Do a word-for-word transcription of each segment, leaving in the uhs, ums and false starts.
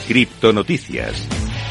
Criptonoticias.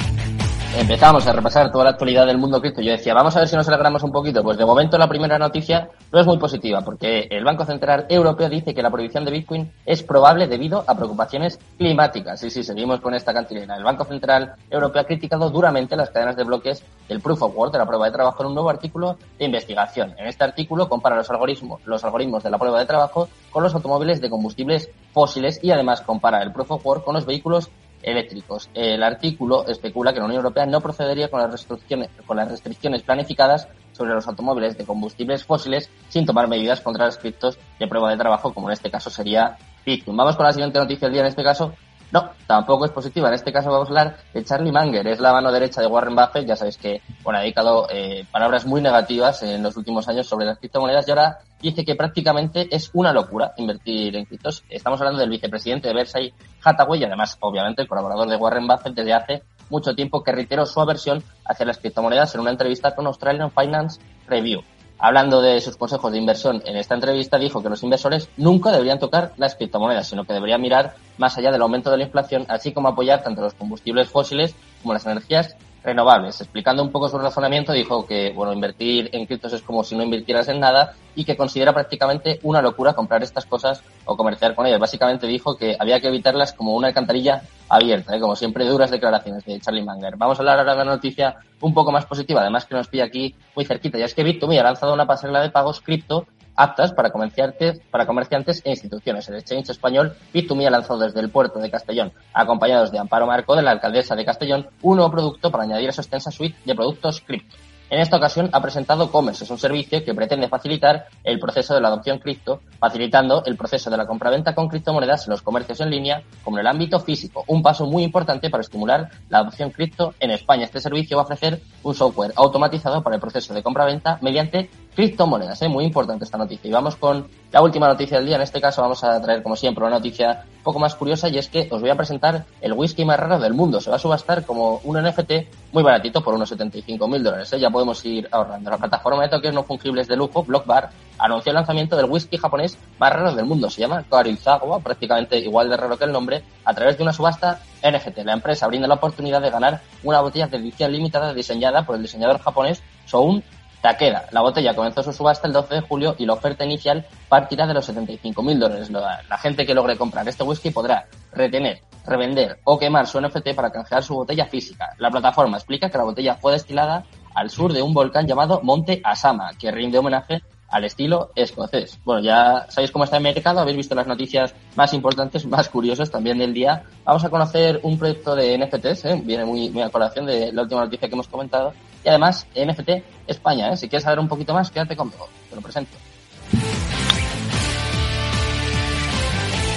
Empezamos a repasar toda la actualidad del mundo cripto. Yo decía, vamos a ver si nos alegramos un poquito. Pues de momento la primera noticia no es muy positiva, porque el Banco Central Europeo dice que la prohibición de Bitcoin es probable debido a preocupaciones climáticas. Sí, sí, seguimos con esta cantilena. El Banco Central Europeo ha criticado duramente las cadenas de bloques del Proof of Work de la prueba de trabajo en un nuevo artículo de investigación. En este artículo compara los algoritmos, los algoritmos de la prueba de trabajo con los automóviles de combustibles fósiles y además compara el Proof of Work con los vehículos eléctricos. El artículo especula que la Unión Europea no procedería con las restricciones, con las restricciones planificadas sobre los automóviles de combustibles fósiles sin tomar medidas contra los criptos de prueba de trabajo, como en este caso sería Bitcoin. Vamos con la siguiente noticia del día, en este caso no, tampoco es positiva. En este caso vamos a hablar de Charlie Munger, es la mano derecha de Warren Buffett. Ya sabéis que bueno, ha dedicado eh, palabras muy negativas en los últimos años sobre las criptomonedas y ahora dice que prácticamente es una locura invertir en criptos. Estamos hablando del vicepresidente de Berkshire Hathaway y además, obviamente, el colaborador de Warren Buffett desde hace mucho tiempo, que reiteró su aversión hacia las criptomonedas en una entrevista con Australian Finance Review. Hablando de sus consejos de inversión en esta entrevista, dijo que los inversores nunca deberían tocar las criptomonedas, sino que deberían mirar más allá del aumento de la inflación, así como apoyar tanto los combustibles fósiles como las energías renovables. Explicando un poco su razonamiento, dijo que bueno, invertir en criptos es como si no invirtieras en nada y que considera prácticamente una locura comprar estas cosas o comerciar con ellas. Básicamente dijo que había que evitarlas como una alcantarilla abierta, ¿eh? Como siempre, duras declaraciones de Charlie Munger. Vamos a hablar ahora de una noticia un poco más positiva, además que nos pilla aquí muy cerquita, y es que Bit2Me ha lanzado una pasarela de pagos cripto aptas para comerciantes, para comerciantes e instituciones. El exchange español Bit2Me ha lanzado desde el puerto de Castellón, acompañados de Amparo Marco, de la alcaldesa de Castellón, un nuevo producto para añadir a su extensa suite de productos cripto. En esta ocasión ha presentado Commerce, es un servicio que pretende facilitar el proceso de la adopción cripto, facilitando el proceso de la compraventa con criptomonedas en los comercios en línea, como en el ámbito físico. Un paso muy importante para estimular la adopción cripto en España. Este servicio va a ofrecer un software automatizado para el proceso de compraventa mediante criptomonedas. ¿eh? Muy importante esta noticia. Y vamos con la última noticia del día. En este caso vamos a traer, como siempre, una noticia un poco más curiosa, y es que os voy a presentar el whisky más raro del mundo. Se va a subastar como un N F T muy baratito por unos setenta y cinco mil dólares. ¿eh? Ya podemos ir ahorrando. La plataforma de toques no fungibles de lujo, Blockbar, anunció el lanzamiento del whisky japonés más raro del mundo. Se llama Karizawa, prácticamente igual de raro que el nombre, a través de una subasta N F T. La empresa brinda la oportunidad de ganar una botella de edición limitada diseñada por el diseñador japonés Shoun Takeda. La botella comenzó su subasta el doce de julio y la oferta inicial partirá de los setenta y cinco mil dólares. La, la gente que logre comprar este whisky podrá retener, revender o quemar su N F T para canjear su botella física. La plataforma explica que la botella fue destilada al sur de un volcán llamado Monte Asama, que rinde homenaje al estilo escocés. Bueno, ya sabéis cómo está el mercado, habéis visto las noticias más importantes, más curiosas también del día. Vamos a conocer un proyecto de N F Ts, ¿eh? Viene muy, muy a colación de la última noticia que hemos comentado. Y además, N F T España, ¿eh? Si quieres saber un poquito más, quédate conmigo, te lo presento.